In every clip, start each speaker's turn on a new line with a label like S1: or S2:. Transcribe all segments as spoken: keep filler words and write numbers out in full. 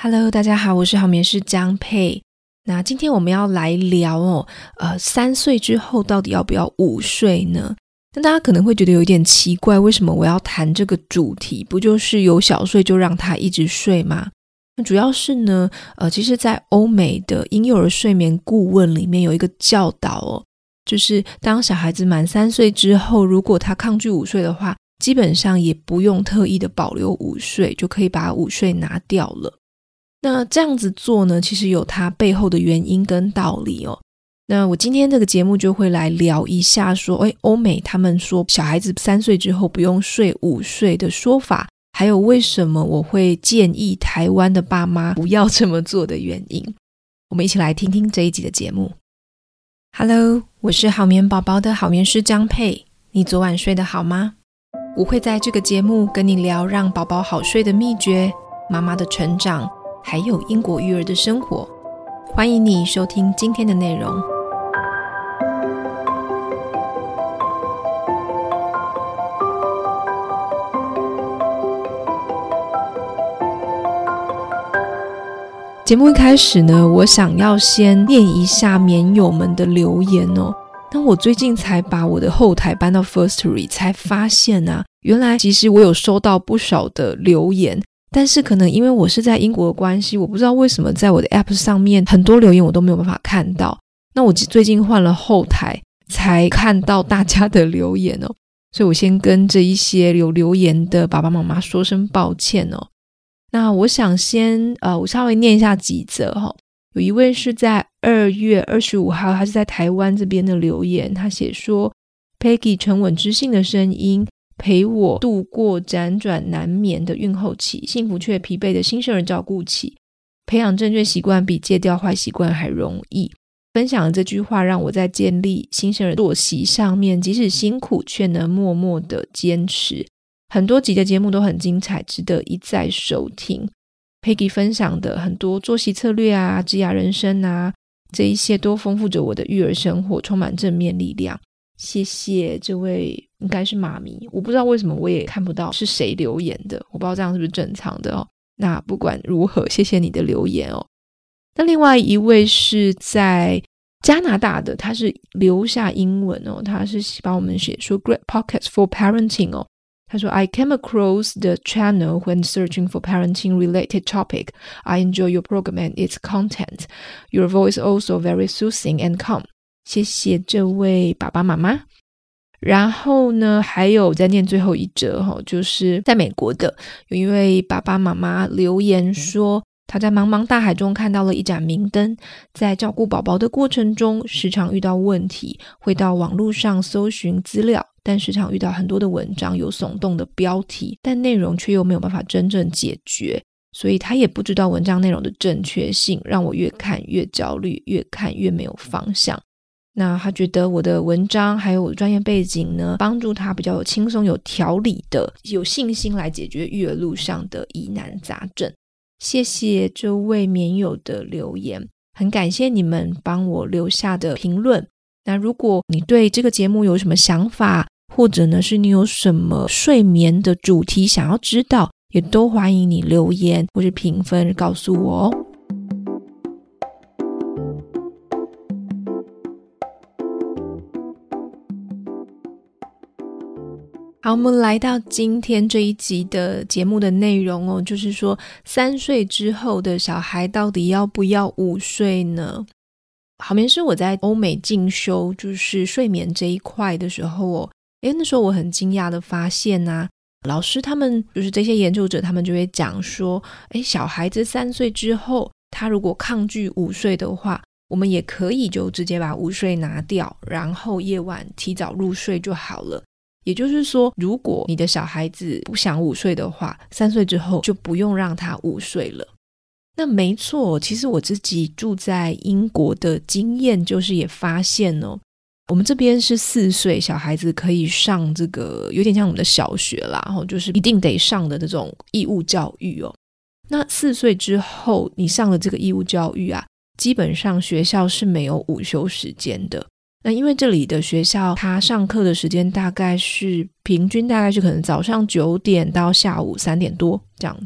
S1: Hello， 大家好，我是好眠师江佩。那今天我们要来聊哦，呃，三岁之后到底要不要午睡呢？那大家可能会觉得有一点奇怪，为什么我要谈这个主题？不就是有小睡就让他一直睡吗？那主要是呢，呃，其实在欧美的婴幼儿睡眠顾问里面有一个教导哦，就是当小孩子满三岁之后，如果他抗拒午睡的话，基本上也不用特意的保留午睡，就可以把午睡拿掉了。那这样子做呢，其实有它背后的原因跟道理哦。那我今天这个节目就会来聊一下说，诶，欧美他们说小孩子三岁之后不用睡午睡的说法，还有为什么我会建议台湾的爸妈不要这么做的原因。我们一起来听听这一集的节目。Hello， 我是好眠宝宝的好眠师江佩。你昨晚睡得好吗？我会在这个节目跟你聊让宝宝好睡的秘诀，妈妈的成长，还有英国育儿的生活。欢迎你收听今天的内容。节目一开始呢，我想要先念一下棉友们的留言哦。那我最近才把我的后台搬到 Firstory， 才发现啊，原来其实我有收到不少的留言，但是可能因为我是在英国的关系，我不知道为什么在我的 App 上面很多留言我都没有办法看到。那我最近换了后台才看到大家的留言哦，所以我先跟这一些有留言的爸爸妈妈说声抱歉哦。那我想先呃，我稍微念一下几则哦。有一位是在二月二十五号，他是在台湾这边的留言，他写说 Peggy 沉稳知性的声音陪我度过辗转难眠的孕后期，幸福却疲惫的新生儿照顾期，培养正确习惯比戒掉坏习惯还容易。分享的这句话让我在建立新生儿作息上面即使辛苦却能默默的坚持。很多集的节目都很精彩，值得一再收听。Peggy 分享的很多作息策略啊，职涯人生啊，这一些都丰富着我的育儿生活，充满正面力量。谢谢这位应该是妈咪，我不知道为什么我也看不到是谁留言的，我不知道这样是不是正常的哦。那不管如何，谢谢你的留言哦。那另外一位是在加拿大的，他是留下英文哦，他是帮我们写说 Great Pockets for Parenting 哦。他说 I came across the channel when searching for parenting related topic. I enjoy your program and its content. Your voice also very soothing and calm. 谢谢这位爸爸妈妈。然后呢，还有再念最后一则、哦、就是在美国的有一位爸爸妈妈留言说，他在茫茫大海中看到了一盏明灯，在照顾宝宝的过程中时常遇到问题，会到网络上搜寻资料，但时常遇到很多的文章有耸动的标题，但内容却又没有办法真正解决，所以他也不知道文章内容的正确性，让我越看越焦虑，越看越没有方向。那他觉得我的文章还有我的专业背景呢，帮助他比较有轻松有条理的有信心来解决育儿路上的疑难杂症。谢谢这位棉友的留言，很感谢你们帮我留下的评论。那如果你对这个节目有什么想法，或者呢是你有什么睡眠的主题想要知道，也都欢迎你留言或是评分告诉我哦。好，我们来到今天这一集的节目的内容哦，就是说三岁之后的小孩到底要不要午睡呢？好眠师我在欧美进修就是睡眠这一块的时候哦，诶，那时候我很惊讶的发现啊，老师他们就是这些研究者，他们就会讲说，诶，小孩子三岁之后，他如果抗拒午睡的话，我们也可以就直接把午睡拿掉，然后夜晚提早入睡就好了。也就是说，如果你的小孩子不想午睡的话，三岁之后就不用让他午睡了。那没错，其实我自己住在英国的经验就是也发现哦，我们这边是四岁小孩子可以上这个有点像我们的小学啦，就是一定得上的这种义务教育哦。那四岁之后你上了这个义务教育啊，基本上学校是没有午休时间的。那因为这里的学校他上课的时间大概是平均大概是可能早上九点到下午三点多这样子，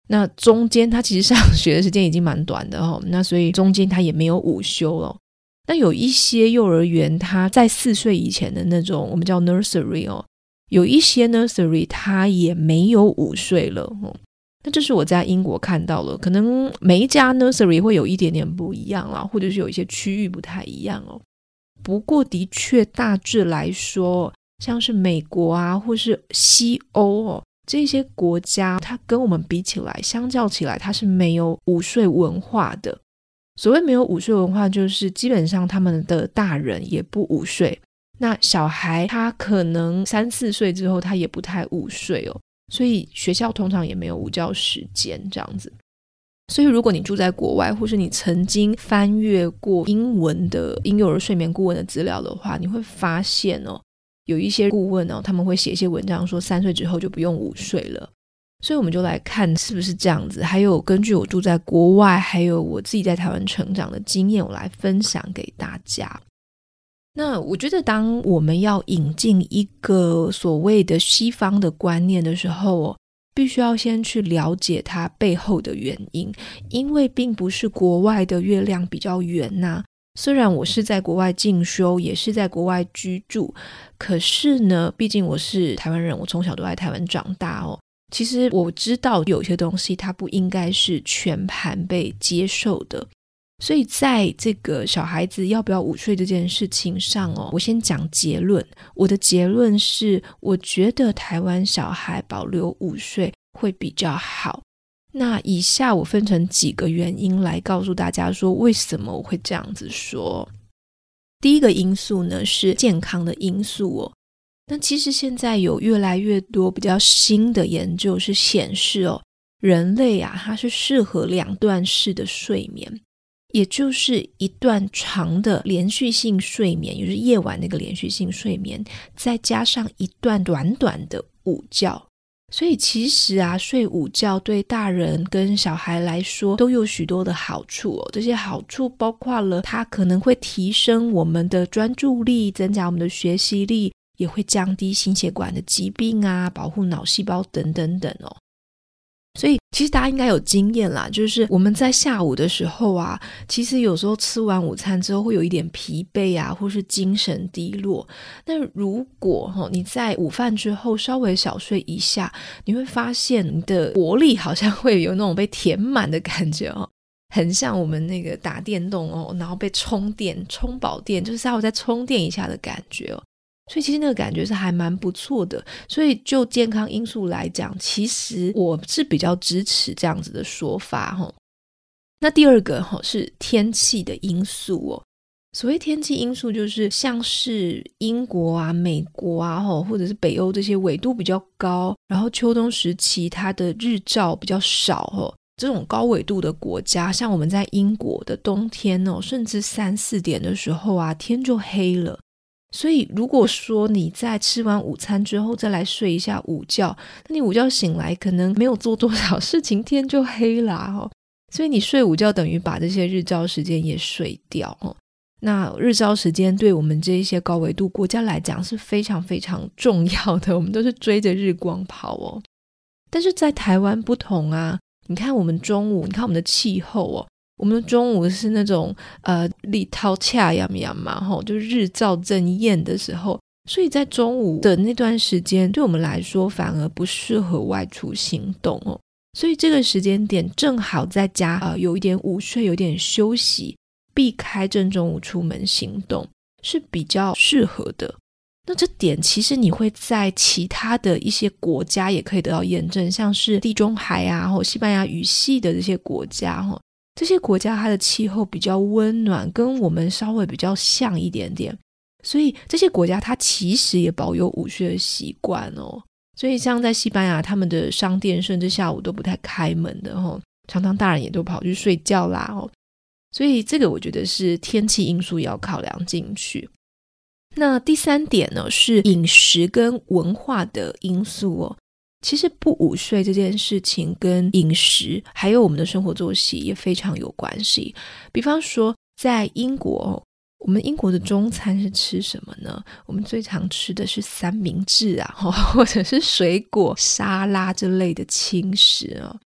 S1: 那中间他其实上学的时间已经蛮短的哦，那所以中间他也没有午休哦。那有一些幼儿园他在四岁以前的那种我们叫 nursery 哦，有一些 nursery 他也没有午睡了哦。那这是我在英国看到了，可能每一家 nursery 会有一点点不一样啦，或者是有一些区域不太一样哦。不过的确大致来说，像是美国啊或是西欧哦，这些国家它跟我们比起来，相较起来它是没有午睡文化的。所谓没有午睡文化，就是基本上他们的大人也不午睡，那小孩他可能三四岁之后他也不太午睡哦，所以学校通常也没有午觉时间这样子。所以如果你住在国外，或是你曾经翻阅过英文的婴幼儿睡眠顾问的资料的话，你会发现哦，有一些顾问哦，他们会写一些文章说三岁之后就不用午睡了。所以我们就来看是不是这样子，还有根据我住在国外还有我自己在台湾成长的经验，我来分享给大家。那我觉得当我们要引进一个所谓的西方的观念的时候哦，必须要先去了解它背后的原因，因为并不是国外的月亮比较圆呐、啊。虽然我是在国外进修，也是在国外居住，可是呢，毕竟我是台湾人，我从小都在台湾长大哦。其实我知道有些东西它不应该是全盘被接受的，所以在这个小孩子要不要午睡这件事情上哦，我先讲结论。我的结论是，我觉得台湾小孩保留午睡会比较好。那以下我分成几个原因来告诉大家说为什么我会这样子说。第一个因素呢是健康的因素哦。那其实现在有越来越多比较新的研究是显示哦，人类啊它是适合两段式的睡眠，也就是一段长的连续性睡眠，也就是夜晚那个连续性睡眠，再加上一段短短的午觉。所以其实啊，睡午觉对大人跟小孩来说都有许多的好处哦。这些好处包括了它可能会提升我们的专注力，增加我们的学习力，也会降低心血管的疾病啊，保护脑细胞等等等哦。所以其实大家应该有经验啦，就是我们在下午的时候啊，其实有时候吃完午餐之后会有一点疲惫啊，或是精神低落。那如果、哦、你在午饭之后稍微小睡一下，你会发现你的活力好像会有那种被填满的感觉哦，很像我们那个打电动哦，然后被充电充饱电，就是稍微再充电一下的感觉哦。所以其实那个感觉是还蛮不错的，所以就健康因素来讲，其实我是比较支持这样子的说法齁。那第二个齁是天气的因素哦。所谓天气因素就是像是英国啊、美国啊齁，或者是北欧这些纬度比较高，然后秋冬时期它的日照比较少齁，这种高纬度的国家，像我们在英国的冬天哦，甚至三四点的时候啊，天就黑了。所以如果说你在吃完午餐之后再来睡一下午觉，那你午觉醒来可能没有做多少事情，天就黑啦哦。所以你睡午觉等于把这些日照时间也睡掉哦。那日照时间对我们这一些高纬度国家来讲是非常非常重要的，我们都是追着日光跑哦。但是在台湾不同啊，你看我们中午，你看我们的气候哦，我们的中午是那种呃日头恰阳阳嘛吼，就日照正艳的时候，所以在中午的那段时间对我们来说反而不适合外出行动哦。所以这个时间点正好在家呃有一点午睡，有点休息，避开正中午出门行动是比较适合的。那这点其实你会在其他的一些国家也可以得到验证，像是地中海啊或西班牙语系的这些国家，这些国家它的气候比较温暖，跟我们稍微比较像一点点，所以这些国家它其实也保有午睡的习惯哦。所以像在西班牙，他们的商店甚至下午都不太开门的哦，常常大人也都跑去睡觉啦哦。所以这个我觉得是天气因素要考量进去。那第三点呢是饮食跟文化的因素哦。其实不午睡这件事情跟饮食还有我们的生活作息也非常有关系。比方说在英国，我们英国的中餐是吃什么呢？我们最常吃的是三明治啊，或者是水果沙拉之类的轻食哦。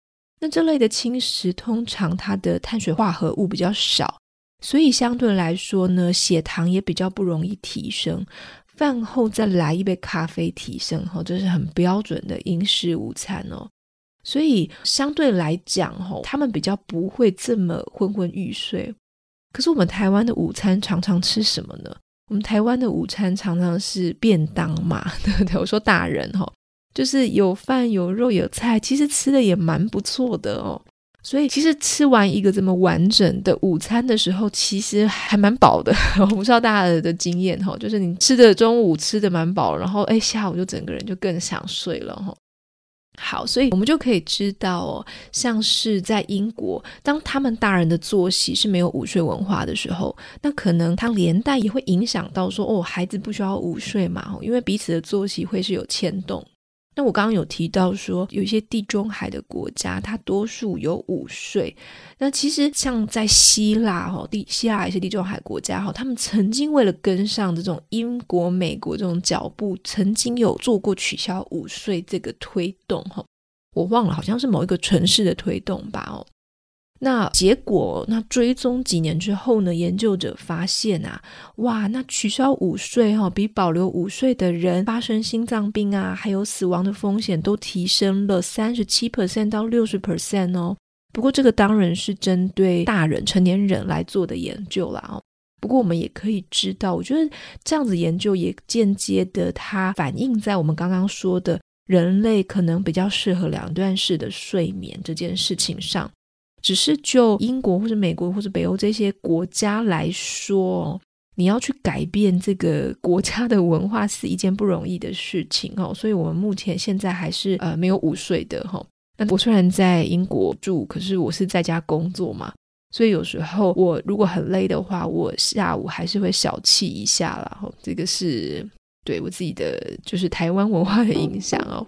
S1: 那这类的轻食通常它的碳水化合物比较少，所以相对来说呢，血糖也比较不容易提升。饭后再来一杯咖啡提升，这是很标准的英式午餐哦。所以相对来讲他们比较不会这么昏昏欲睡。可是我们台湾的午餐常常吃什么呢？我们台湾的午餐常常是便当嘛，对不对？我说大人就是有饭有肉有菜，其实吃的也蛮不错的哦。所以其实吃完一个这么完整的午餐的时候，其实还蛮饱的。我不知道大家的经验就是你吃的中午吃的蛮饱，然后哎下午就整个人就更想睡了。好，所以我们就可以知道哦，像是在英国，当他们大人的作息是没有午睡文化的时候，那可能它连带也会影响到说哦，孩子不需要午睡嘛，因为彼此的作息会是有牵动。那我刚刚有提到说有一些地中海的国家它多数有午睡，那其实像在希腊地希腊也是地中海国家他们曾经为了跟上这种英国美国这种脚步，曾经有做过取消午睡这个推动，我忘了好像是某一个城市的推动吧哦。那结果那追踪几年之后呢，研究者发现啊，哇，那取消午睡、哦、比保留午睡的人发生心脏病啊还有死亡的风险都提升了 百分之三十七 到百分之六十 哦。不过这个当然是针对大人成年人来做的研究啦哦。不过我们也可以知道，我觉得这样子研究也间接的它反映在我们刚刚说的人类可能比较适合两段式的睡眠这件事情上。只是就英国或者美国或者北欧这些国家来说，你要去改变这个国家的文化是一件不容易的事情哦。所以我们目前现在还是呃没有午睡的哦。那我虽然在英国住，可是我是在家工作嘛，所以有时候我如果很累的话，我下午还是会小憩一下啦哦。这个是对我自己的就是台湾文化的影响哦。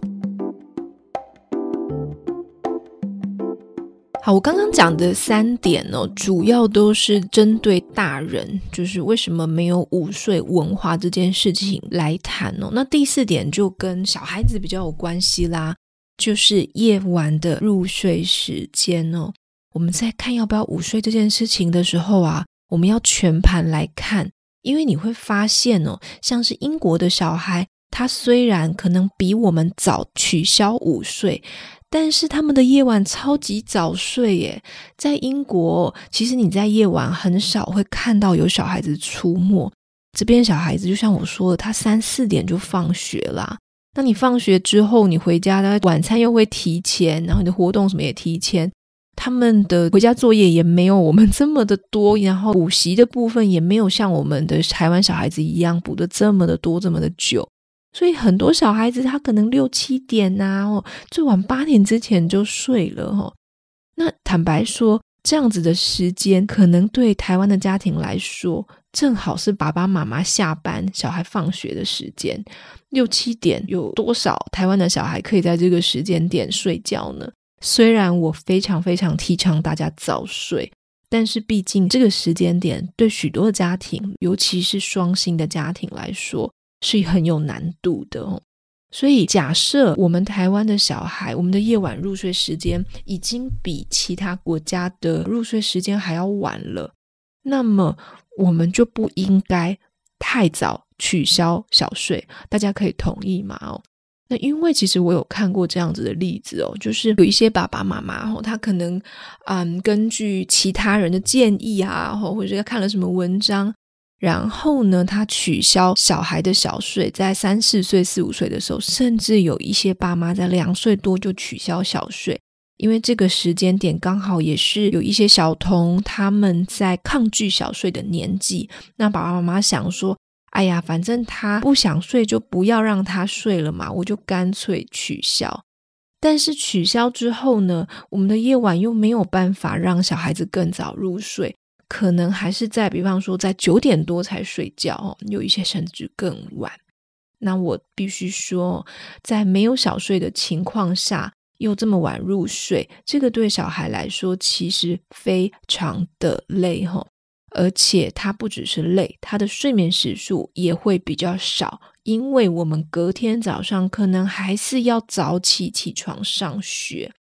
S1: 好，我刚刚讲的三点哦，主要都是针对大人，就是为什么没有午睡文化这件事情来谈哦。那第四点就跟小孩子比较有关系啦，就是夜晚的入睡时间哦。我们在看要不要午睡这件事情的时候啊，我们要全盘来看，因为你会发现哦，像是英国的小孩，他虽然可能比我们早取消午睡，但是他们的夜晚超级早睡耶。在英国其实你在夜晚很少会看到有小孩子出没，这边小孩子就像我说的，他三四点就放学啦。那你放学之后你回家的晚餐又会提前，然后你的活动什么也提前，他们的回家作业也没有我们这么的多，然后补习的部分也没有像我们的台湾小孩子一样补的这么的多这么的久。所以很多小孩子他可能六七点啊，哦，最晚八点之前就睡了哦。那坦白说，这样子的时间可能对台湾的家庭来说，正好是爸爸妈妈下班小孩放学的时间。六七点有多少台湾的小孩可以在这个时间点睡觉呢？虽然我非常非常提倡大家早睡，但是毕竟这个时间点对许多的家庭，尤其是双薪的家庭来说是很有难度的哦。所以假设我们台湾的小孩，我们的夜晚入睡时间已经比其他国家的入睡时间还要晚了，那么我们就不应该太早取消小睡，大家可以同意吗？哦，那因为其实我有看过这样子的例子哦，就是有一些爸爸妈妈哦，他可能嗯根据其他人的建议啊，或者看了什么文章，然后呢他取消小孩的小睡，在三四岁四五岁的时候，甚至有一些爸妈在两岁多就取消小睡，因为这个时间点刚好也是有一些小童他们在抗拒小睡的年纪，那爸爸妈妈想说，哎呀反正他不想睡就不要让他睡了嘛，我就干脆取消。但是取消之后呢，我们的夜晚又没有办法让小孩子更早入睡，可能还是在比方说在九点多才睡觉哦，有一些甚至更晚。那我必须说，在没有小睡的情况下又这么晚入睡，这个对小孩来说其实非常的累哦。而且它不只是累，它的睡眠时数也会比较少，因为我们隔天早上可能还是要早起起床上学。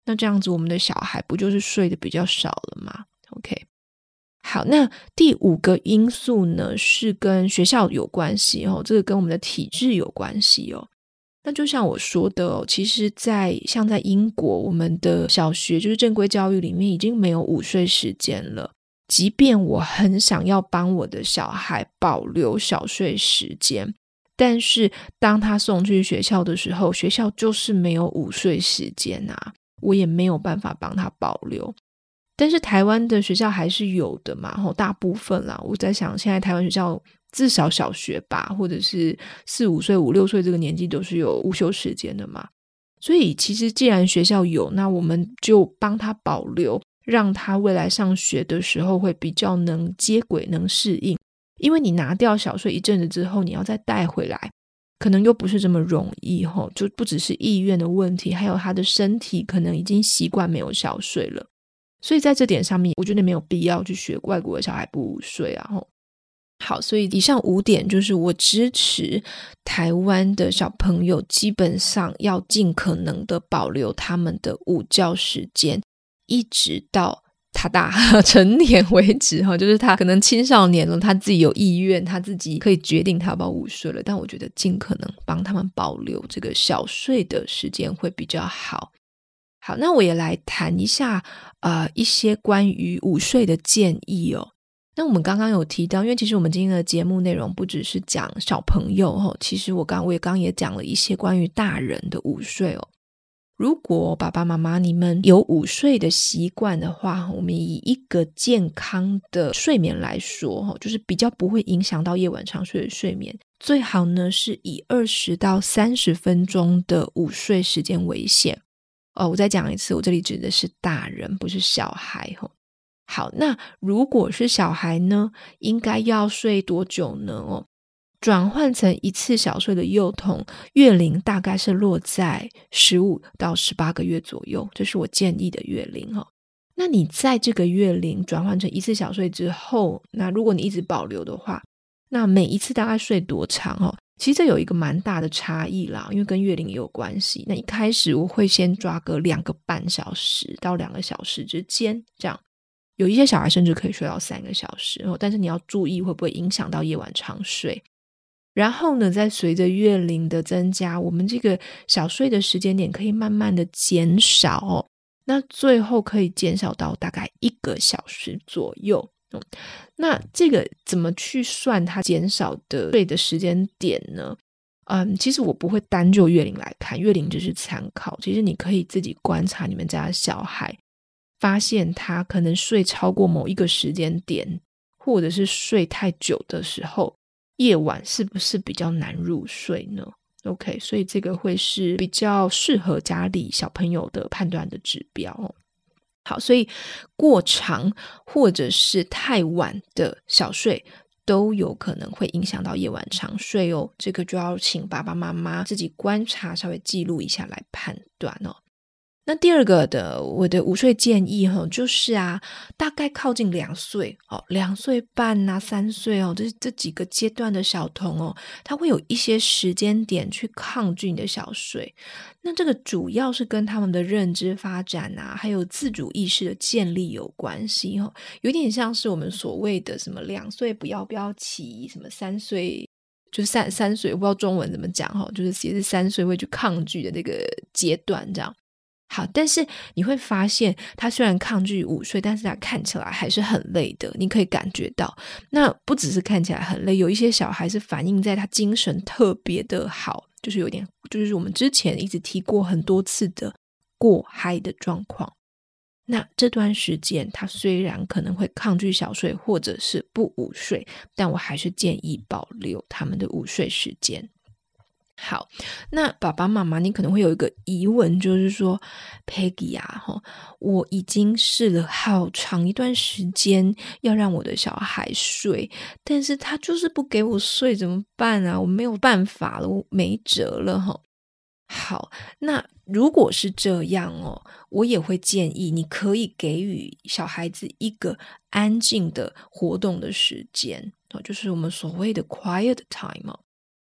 S1: 那这样子我们的小孩不就是睡得比较少了吗？ OK， 好，那第五个因素呢是跟学校有关系哦，这个跟我们的体制有关系哦。那就像我说的哦，其实在像在英国，我们的小学就是正规教育里面已经没有午睡时间了。即便我很想要帮我的小孩保留小睡时间，但是当他送去学校的时候，学校就是没有午睡时间啊，我也没有办法帮他保留。但是台湾的学校还是有的嘛，大部分啦，我在想现在台湾学校至少小学吧，或者是四五岁五六岁这个年纪都是有午休时间的嘛。所以其实既然学校有，那我们就帮他保留，让他未来上学的时候会比较能接轨能适应。因为你拿掉小睡一阵子之后，你要再带回来可能又不是这么容易，就不只是意愿的问题，还有他的身体可能已经习惯没有小睡了。所以在这点上面我觉得没有必要去学外国的小孩不午睡啊。好，所以以上五点就是我支持台湾的小朋友基本上要尽可能的保留他们的午觉时间，一直到他大成年为止，就是他可能青少年了，他自己有意愿，他自己可以决定他要不要午睡了，但我觉得尽可能帮他们保留这个小睡的时间会比较好。好，那我也来谈一下呃一些关于午睡的建议哦。那我们刚刚有提到，因为其实我们今天的节目内容不只是讲小朋友哦，其实我刚我也刚也讲了一些关于大人的午睡哦。如果爸爸妈妈你们有午睡的习惯的话，我们以一个健康的睡眠来说，就是比较不会影响到夜晚长睡的睡眠，最好呢是以二十到三十分钟的午睡时间为限。哦，我再讲一次，我这里指的是大人，不是小孩。好，那如果是小孩呢，应该要睡多久呢？哦，转换成一次小睡的幼童，月龄大概是落在十五到十八个月左右，这是我建议的月龄哦。那你在这个月龄转换成一次小睡之后，那如果你一直保留的话，那每一次大概睡多长哦？其实这有一个蛮大的差异啦，因为跟月龄也有关系。那一开始我会先抓个两个半小时到两个小时之间，这样有一些小孩甚至可以睡到三个小时，但是你要注意会不会影响到夜晚长睡。然后呢，再随着月龄的增加，我们这个小睡的时间点可以慢慢的减少哦，那最后可以减少到大概一个小时左右。嗯、那这个怎么去算它减少的睡的时间点呢？嗯，其实我不会单就月龄来看，月龄只是参考，其实你可以自己观察你们家的小孩，发现他可能睡超过某一个时间点，或者是睡太久的时候，夜晚是不是比较难入睡呢？ OK， 所以这个会是比较适合家里小朋友的判断的指标哦。好，所以过长或者是太晚的小睡都有可能会影响到夜晚长睡哦，这个就要请爸爸妈妈自己观察，稍微记录一下来判断哦。那第二个的我的午睡建议就是啊，大概靠近两岁哦，两岁半啊，三岁哦，这这几个阶段的小童哦，他会有一些时间点去抗拒你的小睡。那这个主要是跟他们的认知发展啊，还有自主意识的建立有关系哦，有点像是我们所谓的什么两岁不要不要骑，什么三岁。就是三三岁，我不知道中文怎么讲哈，就是也是三岁会去抗拒的那个阶段这样。好，但是你会发现他虽然抗拒午睡，但是他看起来还是很累的，你可以感觉到。那不只是看起来很累，有一些小孩是反映在他精神特别的好，就是有点就是我们之前一直提过很多次的过嗨的状况。那这段时间他虽然可能会抗拒小睡或者是不午睡，但我还是建议保留他们的午睡时间。好，那爸爸妈妈你可能会有一个疑问，就是说 Peggy 啊，我已经试了好长一段时间要让我的小孩睡，但是他就是不给我睡，怎么办啊？我没有办法了，我没辙了齁。好，那如果是这样哦，我也会建议你可以给予小孩子一个安静的活动的时间，就是我们所谓的 quiet time 哦。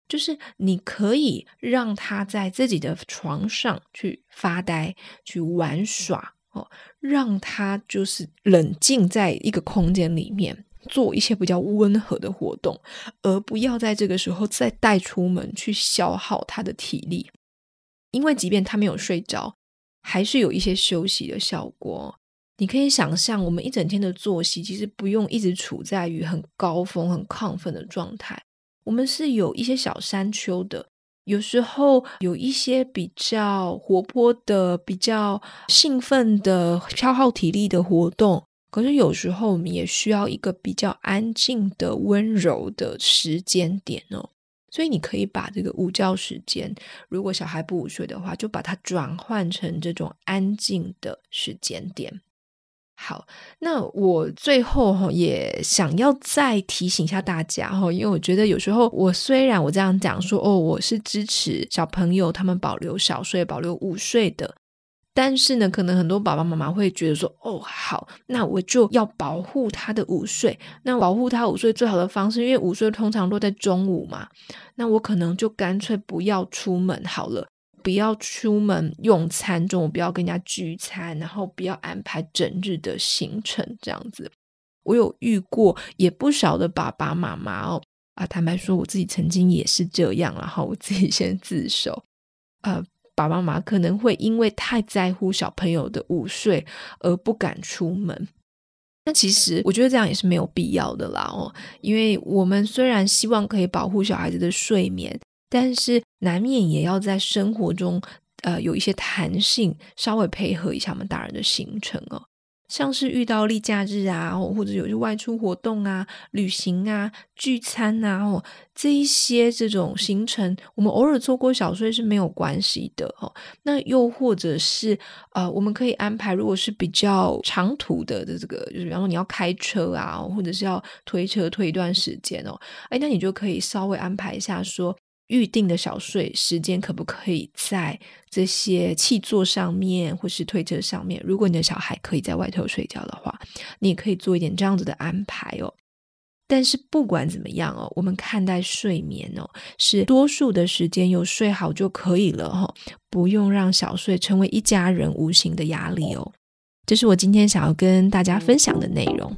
S1: 就是你可以让他在自己的床上去发呆去玩耍、哦、让他就是冷静在一个空间里面做一些比较温和的活动，而不要在这个时候再带出门去消耗他的体力。因为即便他没有睡着，还是有一些休息的效果。你可以想象我们一整天的作息其实不用一直处在于很高峰很亢奋的状态，我们是有一些小山丘的，有时候有一些比较活泼的比较兴奋的消耗体力的活动，可是有时候我们也需要一个比较安静的温柔的时间点哦。所以你可以把这个午觉时间，如果小孩不午睡的话，就把它转换成这种安静的时间点。好，那我最后也想要再提醒一下大家，因为我觉得有时候我虽然我这样讲说哦，我是支持小朋友他们保留小睡保留午睡的，但是呢可能很多爸爸妈妈会觉得说哦好，那我就要保护他的午睡，那保护他午睡最好的方式，因为午睡通常落在中午嘛，那我可能就干脆不要出门好了，不要出门用餐，中午不要跟人家聚餐，然后不要安排整日的行程这样子。我有遇过也不少的爸爸妈妈哦，啊，坦白说我自己曾经也是这样，然后我自己先自首。呃，爸爸妈妈可能会因为太在乎小朋友的午睡而不敢出门。那其实我觉得这样也是没有必要的啦哦，因为我们虽然希望可以保护小孩子的睡眠，但是难免也要在生活中呃有一些弹性，稍微配合一下我们大人的行程哦。像是遇到例假日啊，或者有些外出活动啊、旅行啊、聚餐啊、哦、这一些这种行程，我们偶尔错过小睡是没有关系的哦。那又或者是呃，我们可以安排，如果是比较长途的的这个，就是比方说你要开车啊，或者是要推车推一段时间哦，哎，那你就可以稍微安排一下说，预定的小睡时间可不可以在这些汽座上面或是推车上面，如果你的小孩可以在外头睡觉的话，你也可以做一点这样子的安排哦。但是不管怎么样哦，我们看待睡眠哦，是多数的时间有睡好就可以了哦，不用让小睡成为一家人无形的压力哦。这是我今天想要跟大家分享的内容。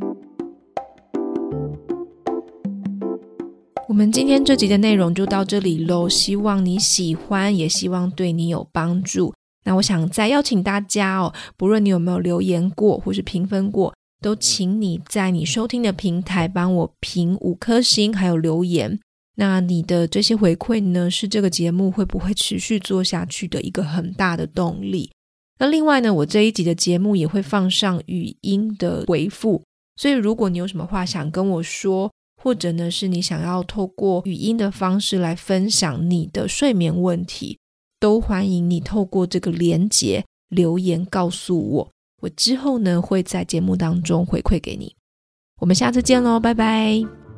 S1: 我们今天这集的内容就到这里咯，希望你喜欢，也希望对你有帮助。那我想再邀请大家哦，不论你有没有留言过或是评分过，都请你在你收听的平台帮我评五颗星还有留言。那你的这些回馈呢，是这个节目会不会持续做下去的一个很大的动力。那另外呢，我这一集的节目也会放上语音的回复，所以如果你有什么话想跟我说，或者呢是你想要透过语音的方式来分享你的睡眠问题，都欢迎你透过这个连结留言告诉我，我之后呢会在节目当中回馈给你。我们下次见咯，拜拜。